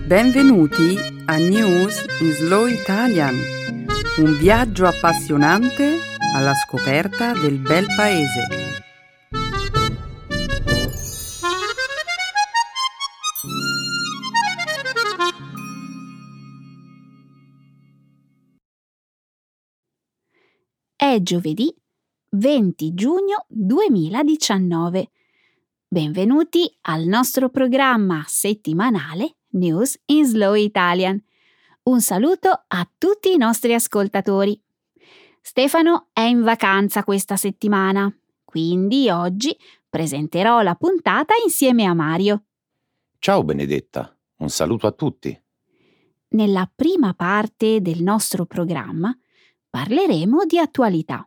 Benvenuti a News in Slow Italian, un viaggio appassionante alla scoperta del bel paese. È giovedì 20 giugno 2019. Benvenuti al nostro programma settimanale News in Slow Italian. Un saluto a tutti i nostri ascoltatori. Stefano è in vacanza questa settimana, quindi oggi presenterò la puntata insieme a Mario. Ciao Benedetta, un saluto a tutti. Nella prima parte del nostro programma parleremo di attualità.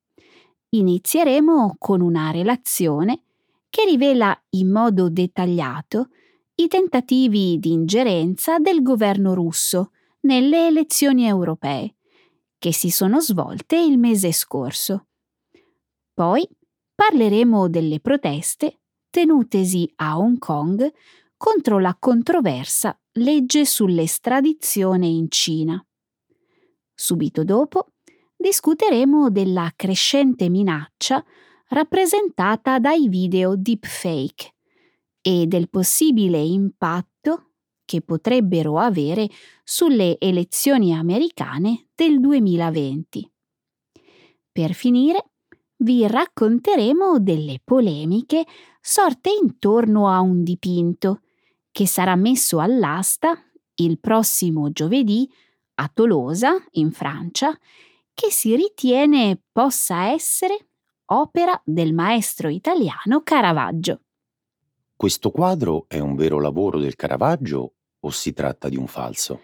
Inizieremo con una relazione che rivela in modo dettagliato i tentativi di ingerenza del governo russo nelle elezioni europee che si sono svolte il mese scorso. Poi parleremo delle proteste tenutesi a Hong Kong contro la controversa legge sull'estradizione in Cina. Subito dopo discuteremo della crescente minaccia rappresentata dai video deepfake e del possibile impatto che potrebbero avere sulle elezioni americane del 2020. Per finire, vi racconteremo delle polemiche sorte intorno a un dipinto che sarà messo all'asta il prossimo giovedì a Tolosa, in Francia, che si ritiene possa essere opera del maestro italiano Caravaggio. Questo quadro è un vero lavoro del Caravaggio o si tratta di un falso?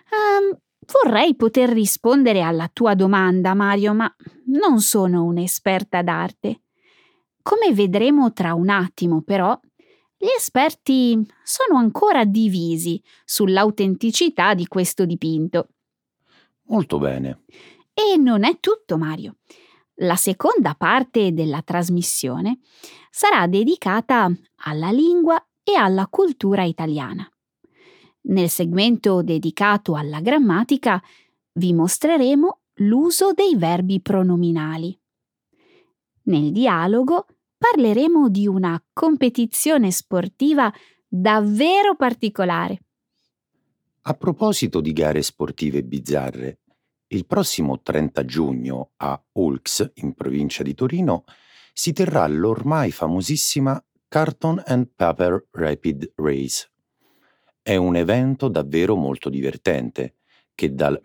Vorrei poter rispondere alla tua domanda, Mario, ma non sono un'esperta d'arte. Come vedremo tra un attimo, però, gli esperti sono ancora divisi sull'autenticità di questo dipinto. Molto bene. E non è tutto, Mario. La seconda parte della trasmissione sarà dedicata alla lingua e alla cultura italiana. Nel segmento dedicato alla grammatica vi mostreremo l'uso dei verbi pronominali. Nel dialogo parleremo di una competizione sportiva davvero particolare. A proposito di gare sportive bizzarre, il prossimo 30 giugno a Ulx, in provincia di Torino, si terrà l'ormai famosissima Carton and Paper Rapid Race. È un evento davvero molto divertente che dal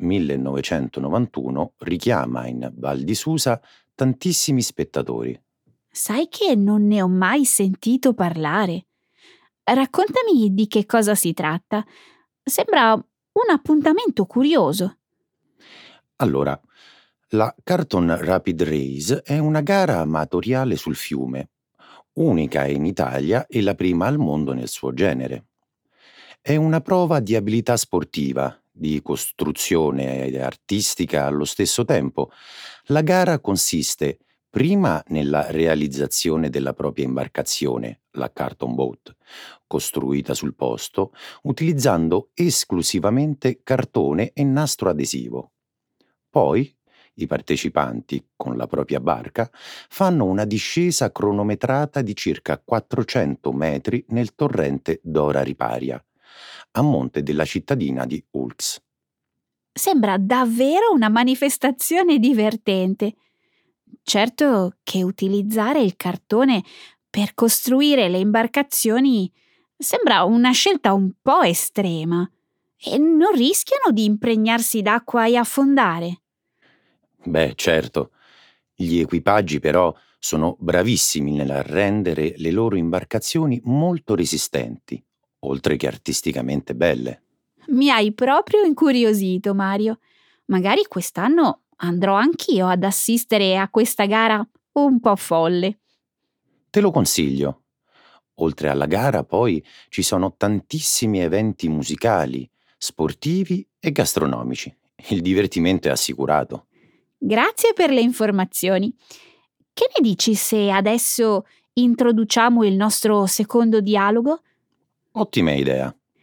1991 richiama in Val di Susa tantissimi spettatori. Sai che non ne ho mai sentito parlare? Raccontami di che cosa si tratta. Sembra un appuntamento curioso. Allora, la Carton Rapid Race è una gara amatoriale sul fiume, unica in Italia e la prima al mondo nel suo genere. È una prova di abilità sportiva, di costruzione artistica allo stesso tempo. La gara consiste prima nella realizzazione della propria imbarcazione, la Carton Boat, costruita sul posto utilizzando esclusivamente cartone e nastro adesivo. Poi i partecipanti, con la propria barca, fanno una discesa cronometrata di circa 400 metri nel torrente Dora Riparia, a monte della cittadina di Ulx. Sembra davvero una manifestazione divertente. Certo che utilizzare il cartone per costruire le imbarcazioni sembra una scelta un po' estrema. E non rischiano di impregnarsi d'acqua e affondare? Beh, certo, gli equipaggi però sono bravissimi nel rendere le loro imbarcazioni molto resistenti, oltre che artisticamente belle. Mi hai proprio incuriosito, Mario. Magari quest'anno andrò anch'io ad assistere a questa gara un po' folle. Te lo consiglio. Oltre alla gara, poi, ci sono tantissimi eventi musicali, sportivi e gastronomici. Il divertimento è assicurato. Grazie per le informazioni. Che ne dici se adesso introduciamo il nostro secondo dialogo? Ottima idea.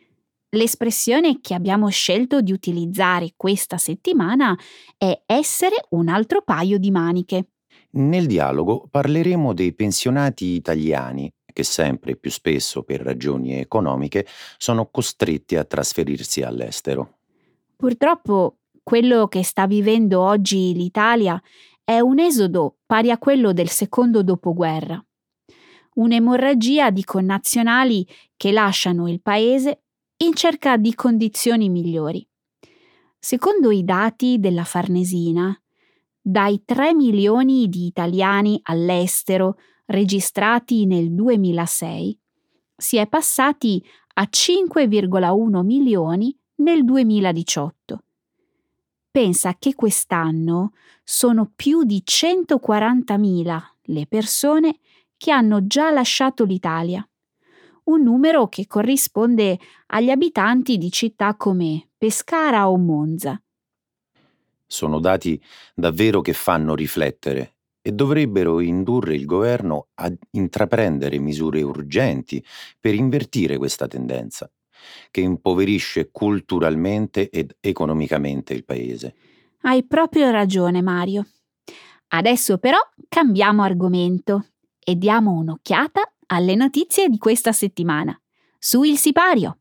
L'espressione che abbiamo scelto di utilizzare questa settimana è essere un altro paio di maniche. Nel dialogo parleremo dei pensionati italiani che sempre più spesso per ragioni economiche sono costretti a trasferirsi all'estero. Purtroppo quello che sta vivendo oggi l'Italia è un esodo pari a quello del secondo dopoguerra. Un'emorragia di connazionali che lasciano il paese in cerca di condizioni migliori. Secondo i dati della Farnesina, dai 3 milioni di italiani all'estero registrati nel 2006, si è passati a 5,1 milioni nel 2018. Pensa che quest'anno sono più di 140.000 le persone che hanno già lasciato l'Italia, un numero che corrisponde agli abitanti di città come Pescara o Monza. Sono dati davvero che fanno riflettere e dovrebbero indurre il governo a intraprendere misure urgenti per invertire questa tendenza, che impoverisce culturalmente ed economicamente il paese. Hai proprio ragione, Mario. Adesso però cambiamo argomento e diamo un'occhiata alle notizie di questa settimana. Su il sipario!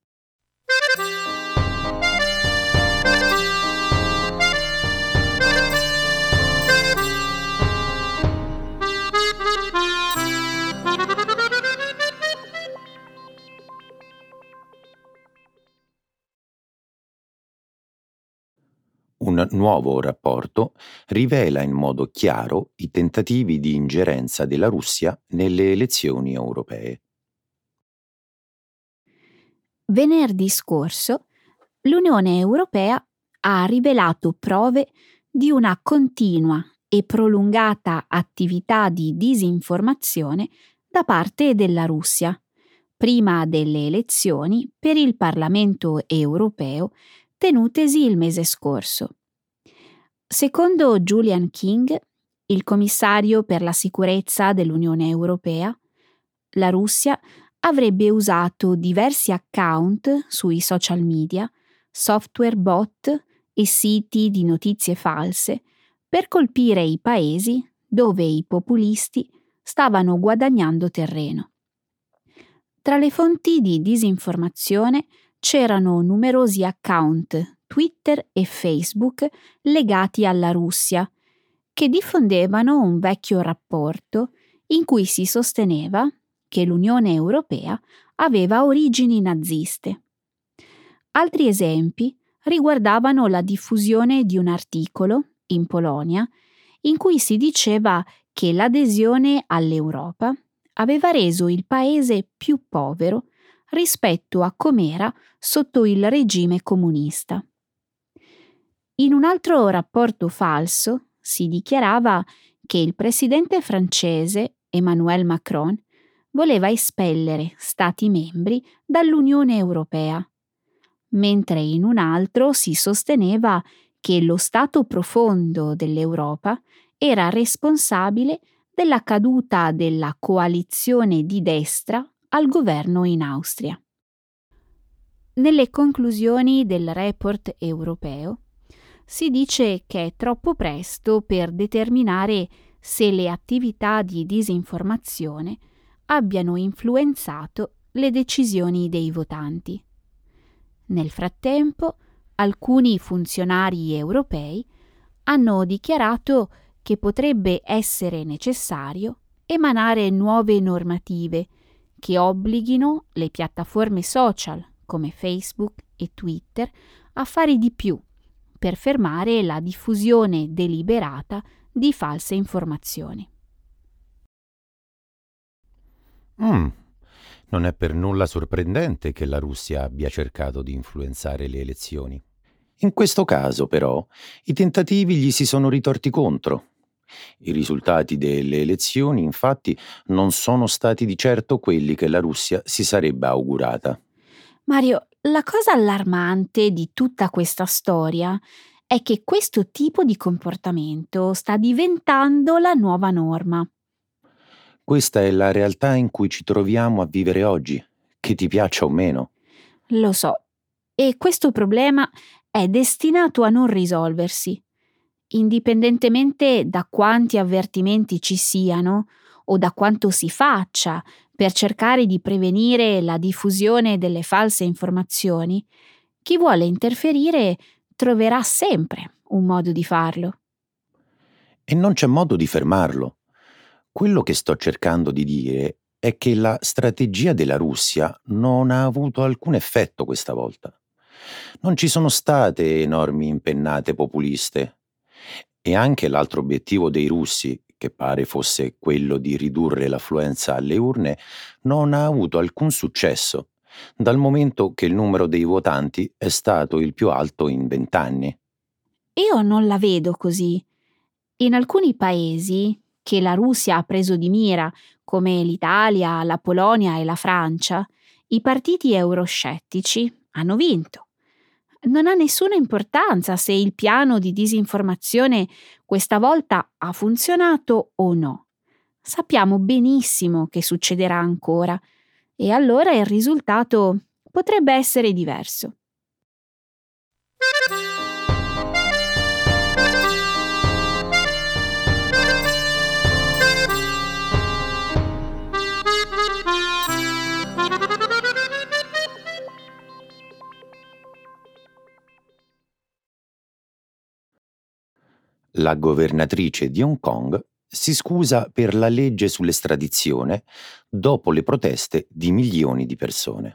Un nuovo rapporto rivela in modo chiaro i tentativi di ingerenza della Russia nelle elezioni europee. Venerdì scorso l'Unione Europea ha rivelato prove di una continua e prolungata attività di disinformazione da parte della Russia, prima delle elezioni per il Parlamento europeo tenutesi il mese scorso. Secondo Julian King, il commissario per la sicurezza dell'Unione Europea, la Russia avrebbe usato diversi account sui social media, software bot e siti di notizie false per colpire i paesi dove i populisti stavano guadagnando terreno. Tra le fonti di disinformazione c'erano numerosi account Twitter e Facebook legati alla Russia, che diffondevano un vecchio rapporto in cui si sosteneva che l'Unione Europea aveva origini naziste. Altri esempi riguardavano la diffusione di un articolo, in Polonia, in cui si diceva che l'adesione all'Europa aveva reso il paese più povero rispetto a com'era sotto il regime comunista. In un altro rapporto falso si dichiarava che il presidente francese Emmanuel Macron voleva espellere Stati membri dall'Unione Europea, mentre in un altro si sosteneva che lo Stato profondo dell'Europa era responsabile della caduta della coalizione di destra al governo in Austria. Nelle conclusioni del report europeo si dice che è troppo presto per determinare se le attività di disinformazione abbiano influenzato le decisioni dei votanti. Nel frattempo, alcuni funzionari europei hanno dichiarato che potrebbe essere necessario emanare nuove normative che obblighino le piattaforme social come Facebook e Twitter a fare di più per fermare la diffusione deliberata di false informazioni. Non è per nulla sorprendente che la Russia abbia cercato di influenzare le elezioni. In questo caso, però, i tentativi gli si sono ritorti contro. I risultati delle elezioni, infatti, non sono stati di certo quelli che la Russia si sarebbe augurata. Mario, la cosa allarmante di tutta questa storia è che questo tipo di comportamento sta diventando la nuova norma. Questa è la realtà in cui ci troviamo a vivere oggi, che ti piaccia o meno. Lo so, e questo problema è destinato a non risolversi. Indipendentemente da quanti avvertimenti ci siano o da quanto si faccia per cercare di prevenire la diffusione delle false informazioni, chi vuole interferire troverà sempre un modo di farlo. E non c'è modo di fermarlo. Quello che sto cercando di dire è che la strategia della Russia non ha avuto alcun effetto questa volta. Non ci sono state enormi impennate populiste. E anche l'altro obiettivo dei russi, che pare fosse quello di ridurre l'affluenza alle urne, non ha avuto alcun successo, dal momento che il numero dei votanti è stato il più alto in 20 anni. Io non la vedo così. In alcuni paesi che la Russia ha preso di mira, come l'Italia, la Polonia e la Francia, i partiti euroscettici hanno vinto. Non ha nessuna importanza se il piano di disinformazione questa volta ha funzionato o no. Sappiamo benissimo che succederà ancora e allora il risultato potrebbe essere diverso. La governatrice di Hong Kong si scusa per la legge sull'estradizione dopo le proteste di milioni di persone.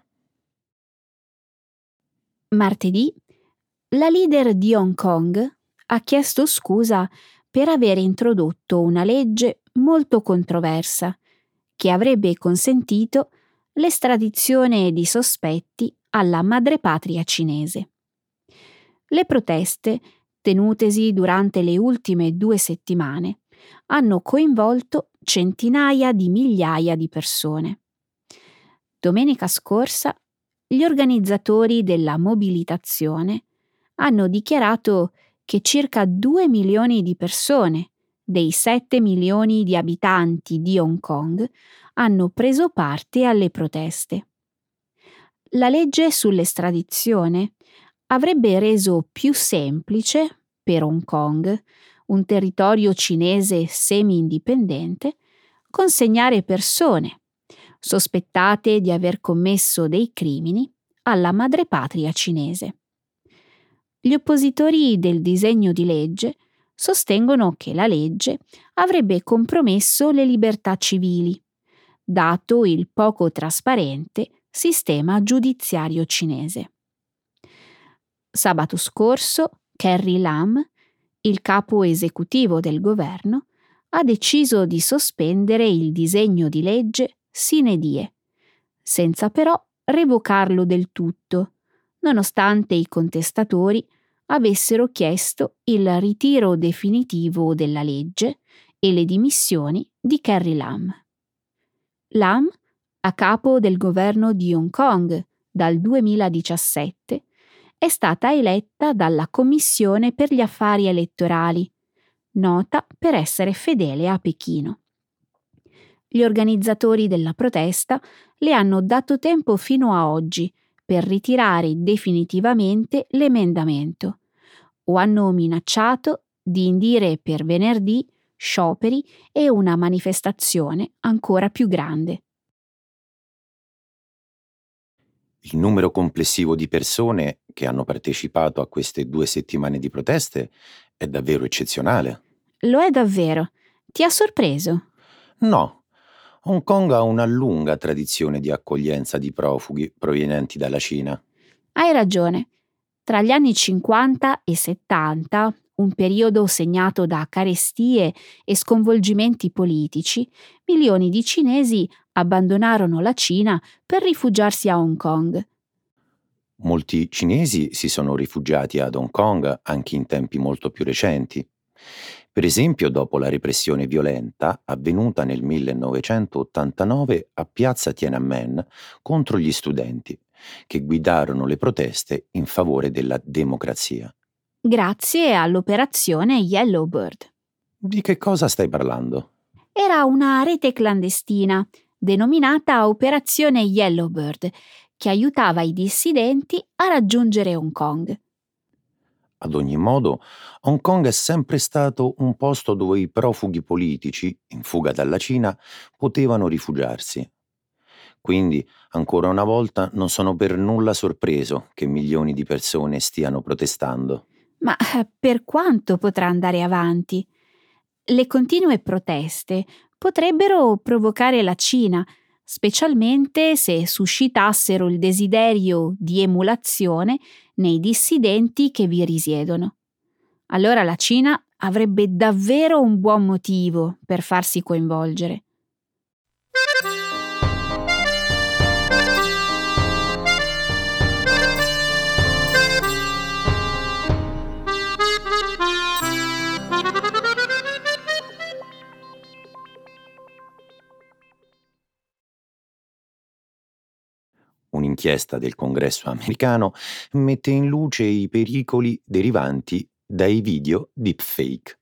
Martedì, la leader di Hong Kong ha chiesto scusa per aver introdotto una legge molto controversa che avrebbe consentito l'estradizione di sospetti alla madrepatria cinese. Le proteste, tenutesi durante le ultime 2 settimane, hanno coinvolto centinaia di migliaia di persone. Domenica scorsa, gli organizzatori della mobilitazione hanno dichiarato che circa 2 milioni di persone, dei 7 milioni di abitanti di Hong Kong, hanno preso parte alle proteste. La legge sull'estradizione avrebbe reso più semplice per Hong Kong, un territorio cinese semi-indipendente, consegnare persone sospettate di aver commesso dei crimini alla madrepatria cinese. Gli oppositori del disegno di legge sostengono che la legge avrebbe compromesso le libertà civili, dato il poco trasparente sistema giudiziario cinese. Sabato scorso, Carrie Lam, il capo esecutivo del governo, ha deciso di sospendere il disegno di legge sine die, senza però revocarlo del tutto, nonostante i contestatori avessero chiesto il ritiro definitivo della legge e le dimissioni di Carrie Lam. Lam, a capo del governo di Hong Kong dal 2017, è stata eletta dalla Commissione per gli affari elettorali, nota per essere fedele a Pechino. Gli organizzatori della protesta le hanno dato tempo fino a oggi per ritirare definitivamente l'emendamento o hanno minacciato di indire per venerdì scioperi e una manifestazione ancora più grande. Il numero complessivo di persone che hanno partecipato a queste 2 settimane di proteste è davvero eccezionale. Lo è davvero. Ti ha sorpreso? No, Hong Kong ha una lunga tradizione di accoglienza di profughi provenienti dalla Cina. Hai ragione. Tra gli anni 50 e 70, un periodo segnato da carestie e sconvolgimenti politici, milioni di cinesi abbandonarono la Cina per rifugiarsi a Hong Kong. Molti cinesi si sono rifugiati ad Hong Kong anche in tempi molto più recenti. Per esempio dopo la repressione violenta avvenuta nel 1989 a piazza Tiananmen contro gli studenti, che guidarono le proteste in favore della democrazia. Grazie all'operazione Yellowbird. Di che cosa stai parlando? Era una rete clandestina, denominata Operazione Yellowbird, che aiutava i dissidenti a raggiungere Hong Kong. Ad ogni modo, Hong Kong è sempre stato un posto dove i profughi politici, in fuga dalla Cina, potevano rifugiarsi. Quindi, ancora una volta, non sono per nulla sorpreso che milioni di persone stiano protestando. Ma per quanto potrà andare avanti? Le continue proteste potrebbero provocare la Cina, specialmente se suscitassero il desiderio di emulazione nei dissidenti che vi risiedono. Allora la Cina avrebbe davvero un buon motivo per farsi coinvolgere. Un'inchiesta del Congresso americano mette in luce i pericoli derivanti dai video deepfake.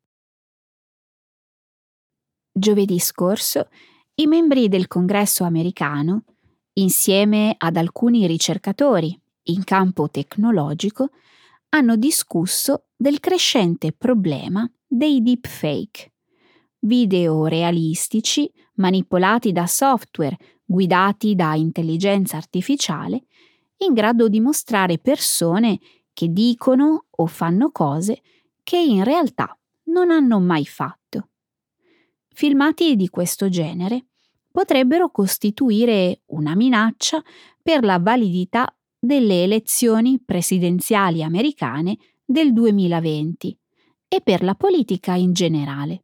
Giovedì scorso, i membri del Congresso americano, insieme ad alcuni ricercatori in campo tecnologico, hanno discusso del crescente problema dei deepfake, video realistici manipolati da software guidati da intelligenza artificiale in grado di mostrare persone che dicono o fanno cose che in realtà non hanno mai fatto. Filmati di questo genere potrebbero costituire una minaccia per la validità delle elezioni presidenziali americane del 2020 e per la politica in generale.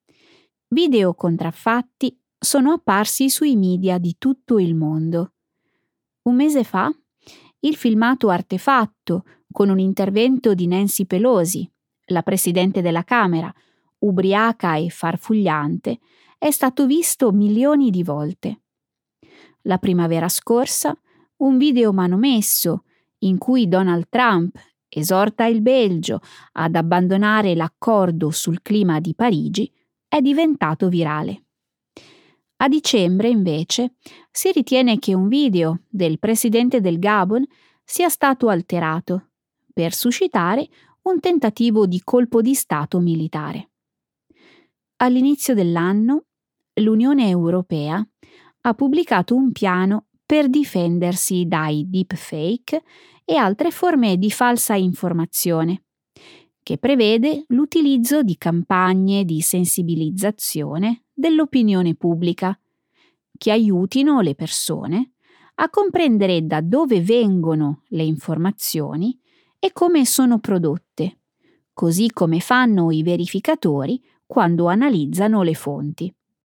Video contraffatti sono apparsi sui media di tutto il mondo. Un mese fa, il filmato artefatto con un intervento di Nancy Pelosi, la presidente della Camera, ubriaca e farfugliante, è stato visto milioni di volte. La primavera scorsa, un video manomesso in cui Donald Trump esorta il Belgio ad abbandonare l'accordo sul clima di Parigi è diventato virale. A dicembre, invece, si ritiene che un video del presidente del Gabon sia stato alterato per suscitare un tentativo di colpo di Stato militare. All'inizio dell'anno, l'Unione Europea ha pubblicato un piano per difendersi dai deepfake e altre forme di falsa informazione, che prevede l'utilizzo di campagne di sensibilizzazione dell'opinione pubblica che aiutino le persone a comprendere da dove vengono le informazioni e come sono prodotte, così come fanno i verificatori quando analizzano le fonti.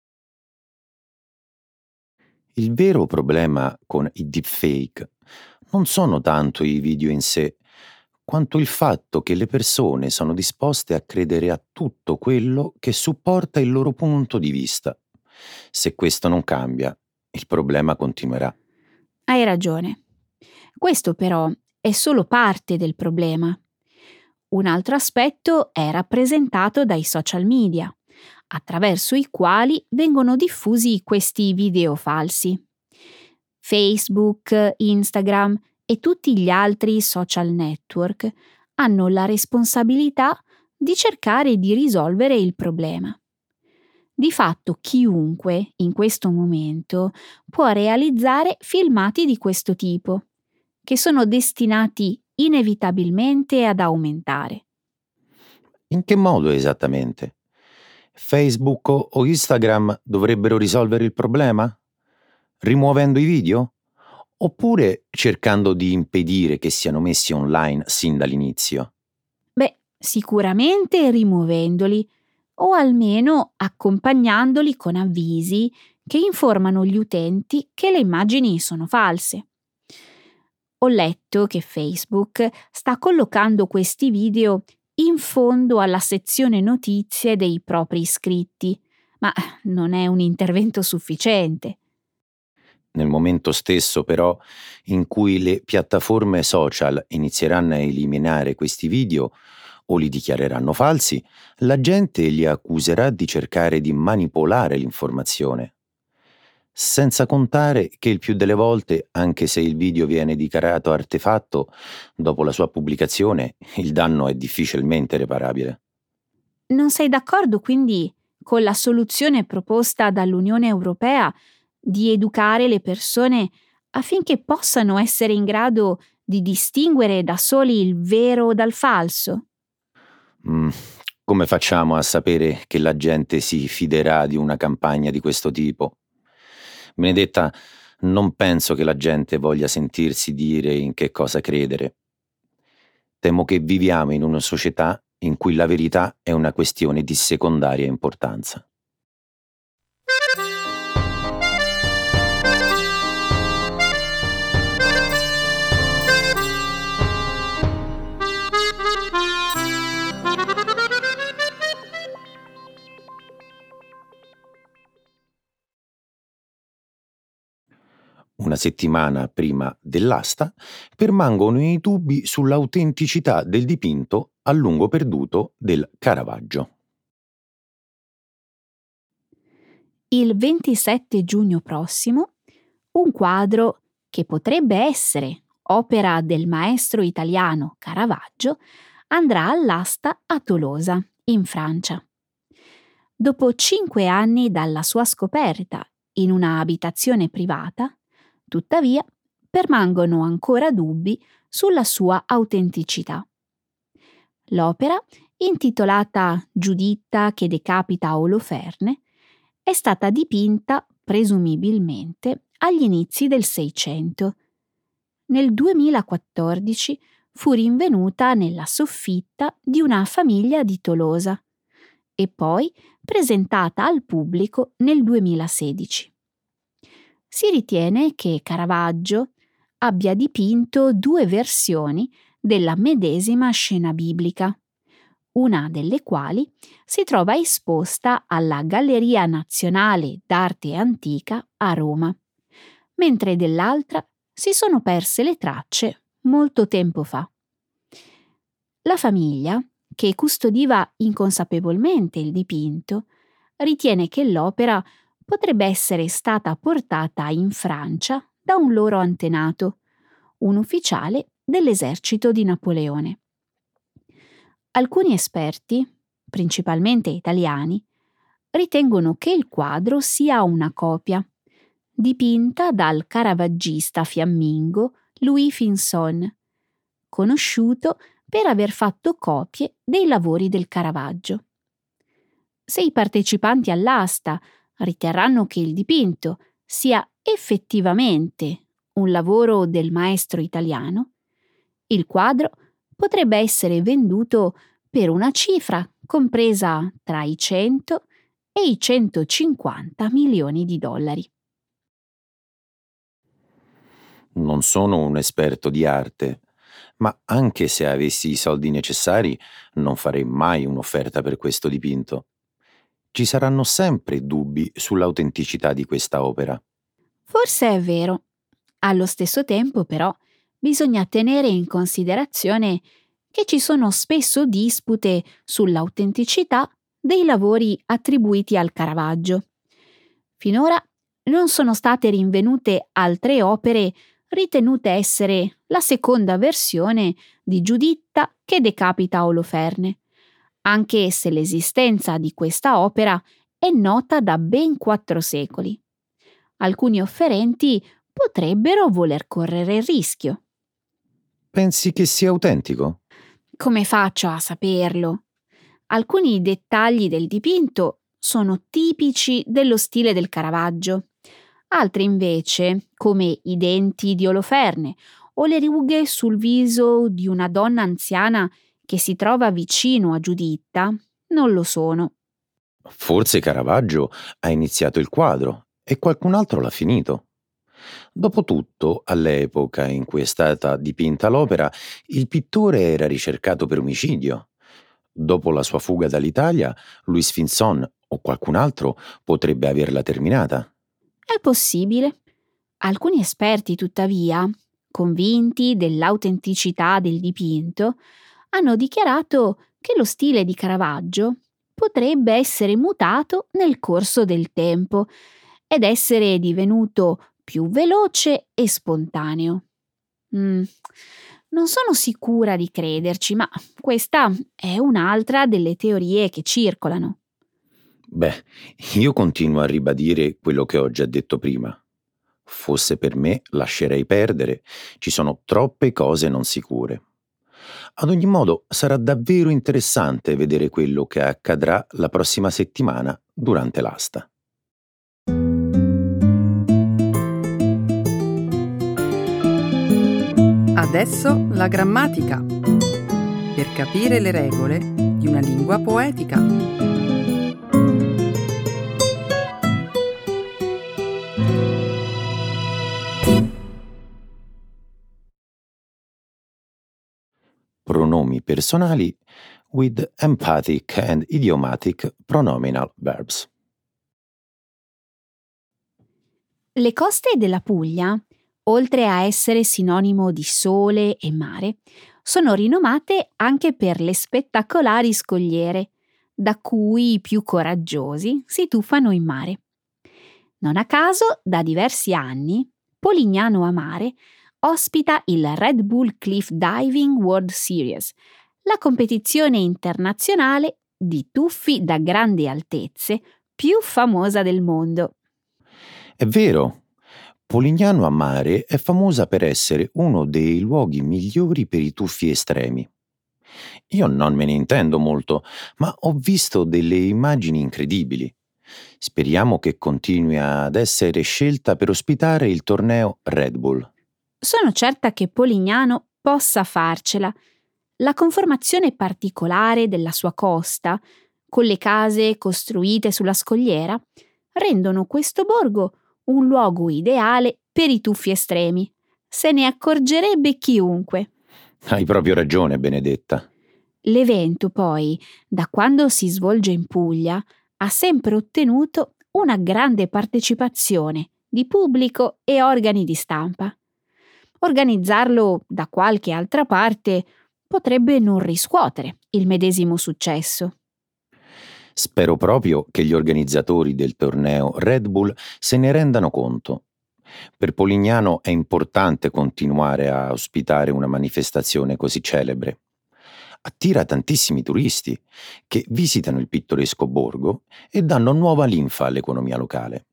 Il vero problema con i deepfake non sono tanto i video in sé, quanto il fatto che le persone sono disposte a credere a tutto quello che supporta il loro punto di vista. Se questo non cambia, il problema continuerà. Hai ragione. Questo però è solo parte del problema. Un altro aspetto è rappresentato dai social media, attraverso i quali vengono diffusi questi video falsi. Facebook, Instagram e tutti gli altri social network hanno la responsabilità di cercare di risolvere il problema. Di fatto chiunque in questo momento può realizzare filmati di questo tipo, che sono destinati inevitabilmente ad aumentare. In che modo esattamente? Facebook o Instagram dovrebbero risolvere il problema? Rimuovendo i video? Oppure cercando di impedire che siano messi online sin dall'inizio? Beh, sicuramente rimuovendoli o almeno accompagnandoli con avvisi che informano gli utenti che le immagini sono false. Ho letto che Facebook sta collocando questi video in fondo alla sezione notizie dei propri iscritti, ma non è un intervento sufficiente. Nel momento stesso, però, in cui le piattaforme social inizieranno a eliminare questi video o li dichiareranno falsi, la gente li accuserà di cercare di manipolare l'informazione. Senza contare che il più delle volte, anche se il video viene dichiarato artefatto, dopo la sua pubblicazione il danno è difficilmente reparabile. Non sei d'accordo quindi con la soluzione proposta dall'Unione Europea di educare le persone affinché possano essere in grado di distinguere da soli il vero dal falso? Mm, Come facciamo a sapere che la gente si fiderà di una campagna di questo tipo? Benedetta, non penso che la gente voglia sentirsi dire in che cosa credere. Temo che viviamo in una società in cui la verità è una questione di secondaria importanza. Una settimana prima dell'asta, permangono i dubbi sull'autenticità del dipinto a lungo perduto del Caravaggio. Il 27 giugno prossimo, un quadro che potrebbe essere opera del maestro italiano Caravaggio andrà all'asta a Tolosa, in Francia. Dopo 5 anni dalla sua scoperta in una abitazione privata, tuttavia, permangono ancora dubbi sulla sua autenticità. L'opera, intitolata Giuditta che decapita Oloferne, è stata dipinta presumibilmente agli inizi del Seicento. Nel 2014 fu rinvenuta nella soffitta di una famiglia di Tolosa e poi presentata al pubblico nel 2016. Si ritiene che Caravaggio abbia dipinto 2 versioni della medesima scena biblica, una delle quali si trova esposta alla Galleria Nazionale d'Arte Antica a Roma, mentre dell'altra si sono perse le tracce molto tempo fa. La famiglia, che custodiva inconsapevolmente il dipinto, ritiene che l'opera potrebbe essere stata portata in Francia da un loro antenato, un ufficiale dell'esercito di Napoleone. Alcuni esperti, principalmente italiani, ritengono che il quadro sia una copia, dipinta dal caravaggista fiammingo Louis Finson, conosciuto per aver fatto copie dei lavori del Caravaggio. Se i partecipanti all'asta riterranno che il dipinto sia effettivamente un lavoro del maestro italiano, il quadro potrebbe essere venduto per una cifra compresa tra i 100 e i 150 milioni di dollari. Non sono un esperto di arte, ma anche se avessi i soldi necessari, non farei mai un'offerta per questo dipinto. Ci saranno sempre dubbi sull'autenticità di questa opera. Forse è vero. Allo stesso tempo, però, bisogna tenere in considerazione che ci sono spesso dispute sull'autenticità dei lavori attribuiti al Caravaggio. Finora non sono state rinvenute altre opere ritenute essere la seconda versione di Giuditta che decapita Oloferne, anche se l'esistenza di questa opera è nota da ben 4 secoli. Alcuni offerenti potrebbero voler correre il rischio. Pensi che sia autentico? Come faccio a saperlo? Alcuni dettagli del dipinto sono tipici dello stile del Caravaggio. Altri invece, come i denti di Oloferne o le rughe sul viso di una donna anziana che si trova vicino a Giuditta, non lo sono. Forse Caravaggio ha iniziato il quadro e qualcun altro l'ha finito. Dopotutto, all'epoca in cui è stata dipinta l'opera, il pittore era ricercato per omicidio. Dopo la sua fuga dall'Italia, Louis Finson o qualcun altro potrebbe averla terminata. È possibile. Alcuni esperti, tuttavia, convinti dell'autenticità del dipinto, hanno dichiarato che lo stile di Caravaggio potrebbe essere mutato nel corso del tempo ed essere divenuto più veloce e spontaneo. Non sono sicura di crederci, ma questa è un'altra delle teorie che circolano. Beh, io continuo a ribadire quello che ho già detto prima. Fosse per me, lascerei perdere, ci sono troppe cose non sicure. Ad ogni modo, sarà davvero interessante vedere quello che accadrà la prossima settimana durante l'asta. Adesso la grammatica, per capire le regole di una lingua poetica. Pronomi personali with emphatic and idiomatic pronominal verbs. Le coste della Puglia, oltre a essere sinonimo di sole e mare, sono rinomate anche per le spettacolari scogliere, da cui i più coraggiosi si tuffano in mare. Non a caso, da diversi anni, Polignano a Mare ospita il Red Bull Cliff Diving World Series, la competizione internazionale di tuffi da grandi altezze più famosa del mondo. È vero, Polignano a Mare è famosa per essere uno dei luoghi migliori per i tuffi estremi. Io non me ne intendo molto, ma ho visto delle immagini incredibili. Speriamo che continui ad essere scelta per ospitare il torneo Red Bull. Sono certa che Polignano possa farcela. La conformazione particolare della sua costa, con le case costruite sulla scogliera, rendono questo borgo un luogo ideale per i tuffi estremi. Se ne accorgerebbe chiunque. Hai proprio ragione, Benedetta. L'evento, poi, da quando si svolge in Puglia, ha sempre ottenuto una grande partecipazione di pubblico e organi di stampa. Organizzarlo da qualche altra parte potrebbe non riscuotere il medesimo successo. Spero proprio che gli organizzatori del torneo Red Bull se ne rendano conto. Per Polignano è importante continuare a ospitare una manifestazione così celebre. Attira tantissimi turisti che visitano il pittoresco borgo e danno nuova linfa all'economia locale.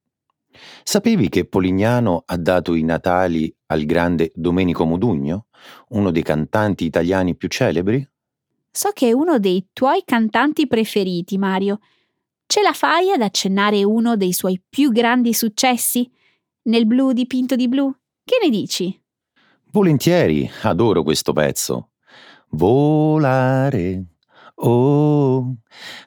Sapevi che Polignano ha dato i natali al grande Domenico Modugno, uno dei cantanti italiani più celebri? So che è uno dei tuoi cantanti preferiti, Mario. Ce la fai ad accennare uno dei suoi più grandi successi? Nel blu dipinto di blu? Che ne dici? Volentieri, adoro questo pezzo. Volare, oh,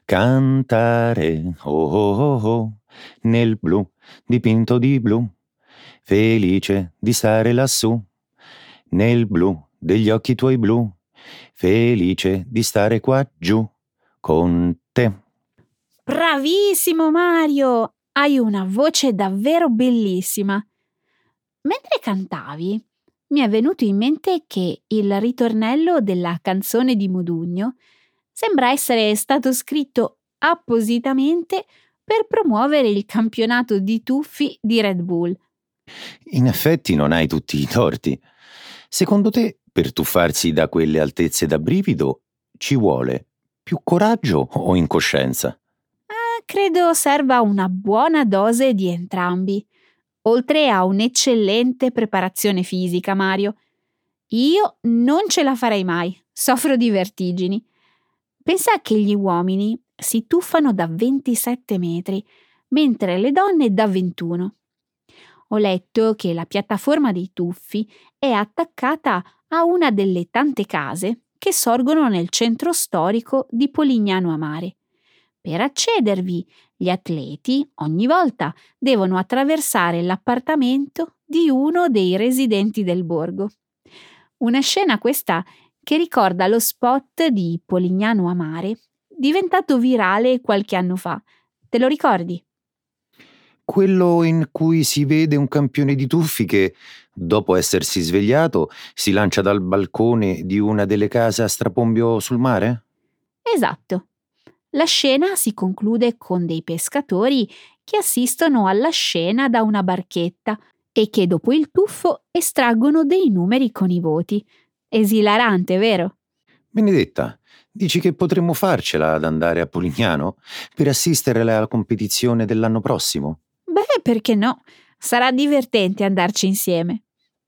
cantare, oh, oh, oh, oh, nel blu dipinto di blu, felice di stare lassù, nel blu degli occhi tuoi blu, felice di stare qua giù con te. Bravissimo, Mario! Hai una voce davvero bellissima. Mentre cantavi, mi è venuto in mente che il ritornello della canzone di Modugno sembra essere stato scritto appositamente per promuovere il campionato di tuffi di Red Bull. In effetti non hai tutti i torti. Secondo te, per tuffarsi da quelle altezze da brivido, ci vuole più coraggio o incoscienza? Credo serva una buona dose di entrambi, oltre a un'eccellente preparazione fisica, Mario. Io non ce la farei mai, soffro di vertigini. Pensa che gli uomini si tuffano da 27 metri, mentre le donne da 21. Ho letto che la piattaforma dei tuffi è attaccata a una delle tante case che sorgono nel centro storico di Polignano a Mare. Per accedervi, gli atleti ogni volta devono attraversare l'appartamento di uno dei residenti del borgo. Una scena questa che ricorda lo spot di Polignano a Mare, diventato virale qualche anno fa. Te lo ricordi? Quello in cui si vede un campione di tuffi che, dopo essersi svegliato, si lancia dal balcone di una delle case a strapombio sul mare? Esatto. La scena si conclude con dei pescatori che assistono alla scena da una barchetta e che dopo il tuffo estraggono dei numeri con i voti. Esilarante, vero? Benedetta, dici che potremmo farcela ad andare a Polignano per assistere alla competizione dell'anno prossimo? Beh, perché no? Sarà divertente andarci insieme.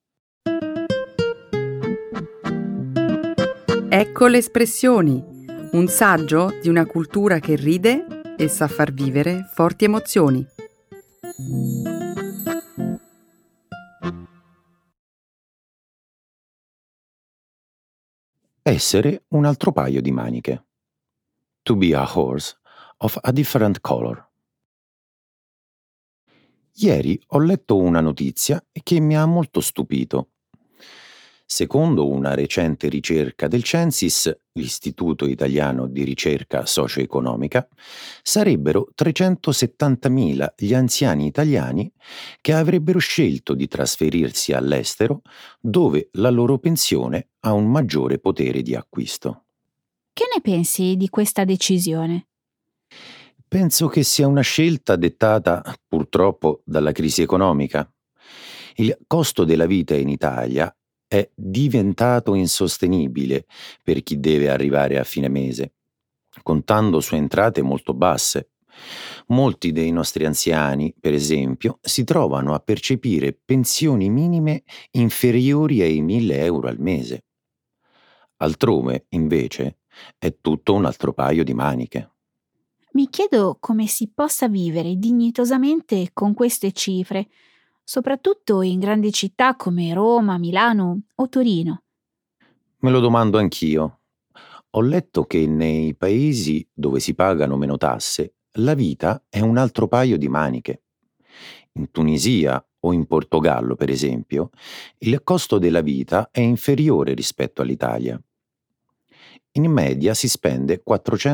Ecco le espressioni, un saggio di una cultura che ride e sa far vivere forti emozioni. Essere un altro paio di maniche. To be a horse of a different color. Ieri ho letto una notizia che mi ha molto stupito. Secondo una recente ricerca del Censis, l'Istituto Italiano di Ricerca Socio-Economica, sarebbero 370.000 gli anziani italiani che avrebbero scelto di trasferirsi all'estero dove la loro pensione ha un maggiore potere di acquisto. Che ne pensi di questa decisione? Penso che sia una scelta dettata purtroppo dalla crisi economica. Il costo della vita in Italia è diventato insostenibile per chi deve arrivare a fine mese, contando su entrate molto basse. Molti dei nostri anziani, per esempio, si trovano a percepire pensioni minime inferiori ai 1.000 euro al mese. Altrove, invece, è tutto un altro paio di maniche. Mi chiedo come si possa vivere dignitosamente con queste cifre, soprattutto in grandi città come Roma, Milano o Torino. Me lo domando anch'io. Ho letto che nei paesi dove si pagano meno tasse, la vita è un altro paio di maniche. In Tunisia o in Portogallo, per esempio, il costo della vita è inferiore rispetto all'Italia. In media si spende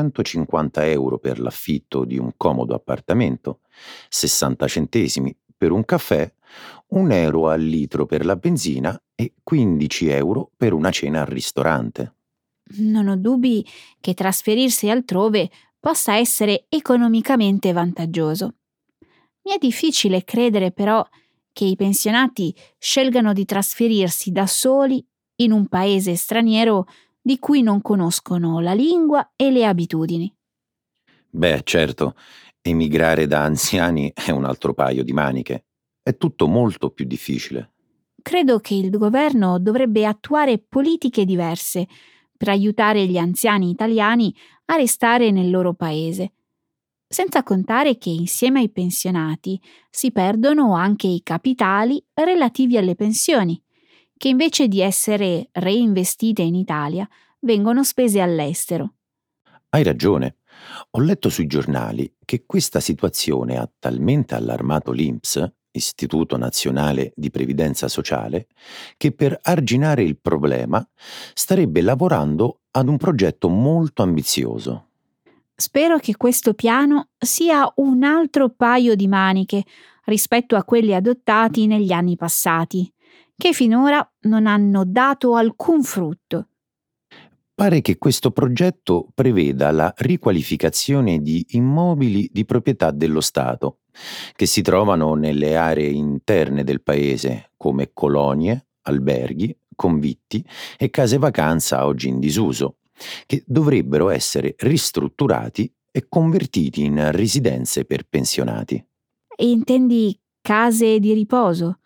450 euro per l'affitto di un comodo appartamento, 60 centesimi per un caffè, 1 euro al litro per la benzina e 15 euro per una cena al ristorante. Non ho dubbi che trasferirsi altrove possa essere economicamente vantaggioso. Mi è difficile credere però che i pensionati scelgano di trasferirsi da soli in un paese straniero di cui non conoscono la lingua e le abitudini. Beh, certo, emigrare da anziani è un altro paio di maniche. È tutto molto più difficile. Credo che il governo dovrebbe attuare politiche diverse per aiutare gli anziani italiani a restare nel loro paese. Senza contare che insieme ai pensionati si perdono anche i capitali relativi alle pensioni, che invece di essere reinvestite in Italia vengono spese all'estero. Hai ragione. Ho letto sui giornali che questa situazione ha talmente allarmato l'INPS, Istituto Nazionale di Previdenza Sociale, che per arginare il problema starebbe lavorando ad un progetto molto ambizioso. Spero che questo piano sia un altro paio di maniche rispetto a quelli adottati negli anni passati, che finora non hanno dato alcun frutto. Pare che questo progetto preveda la riqualificazione di immobili di proprietà dello Stato, che si trovano nelle aree interne del paese, come colonie, alberghi, convitti e case vacanza oggi in disuso, che dovrebbero essere ristrutturati e convertiti in residenze per pensionati. E intendi case di riposo?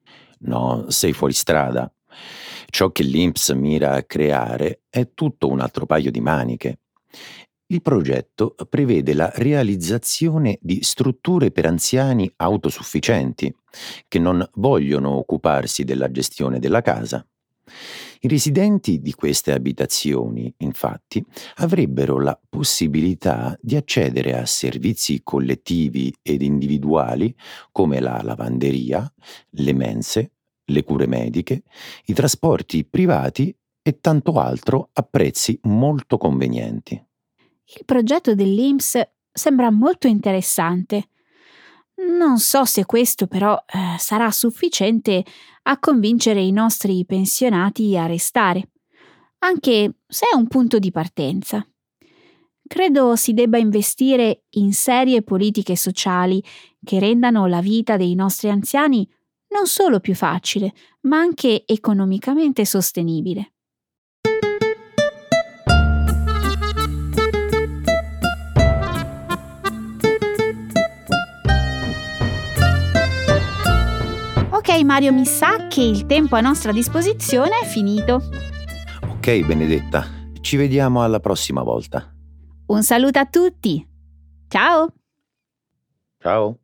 No, sei fuori strada. Ciò che l'INPS mira a creare è tutto un altro paio di maniche. Il progetto prevede la realizzazione di strutture per anziani autosufficienti, che non vogliono occuparsi della gestione della casa. I residenti di queste abitazioni, infatti, avrebbero la possibilità di accedere a servizi collettivi ed individuali come la lavanderia, le mense, le cure mediche, i trasporti privati e tanto altro a prezzi molto convenienti. Il progetto dell'INPS sembra molto interessante. Non so se questo però sarà sufficiente a convincere i nostri pensionati a restare, anche se è un punto di partenza. Credo si debba investire in serie politiche sociali che rendano la vita dei nostri anziani non solo più facile, ma anche economicamente sostenibile. Ok Mario, mi sa che il tempo a nostra disposizione è finito. Ok, Benedetta, ci vediamo alla prossima volta. Un saluto a tutti. Ciao! Ciao.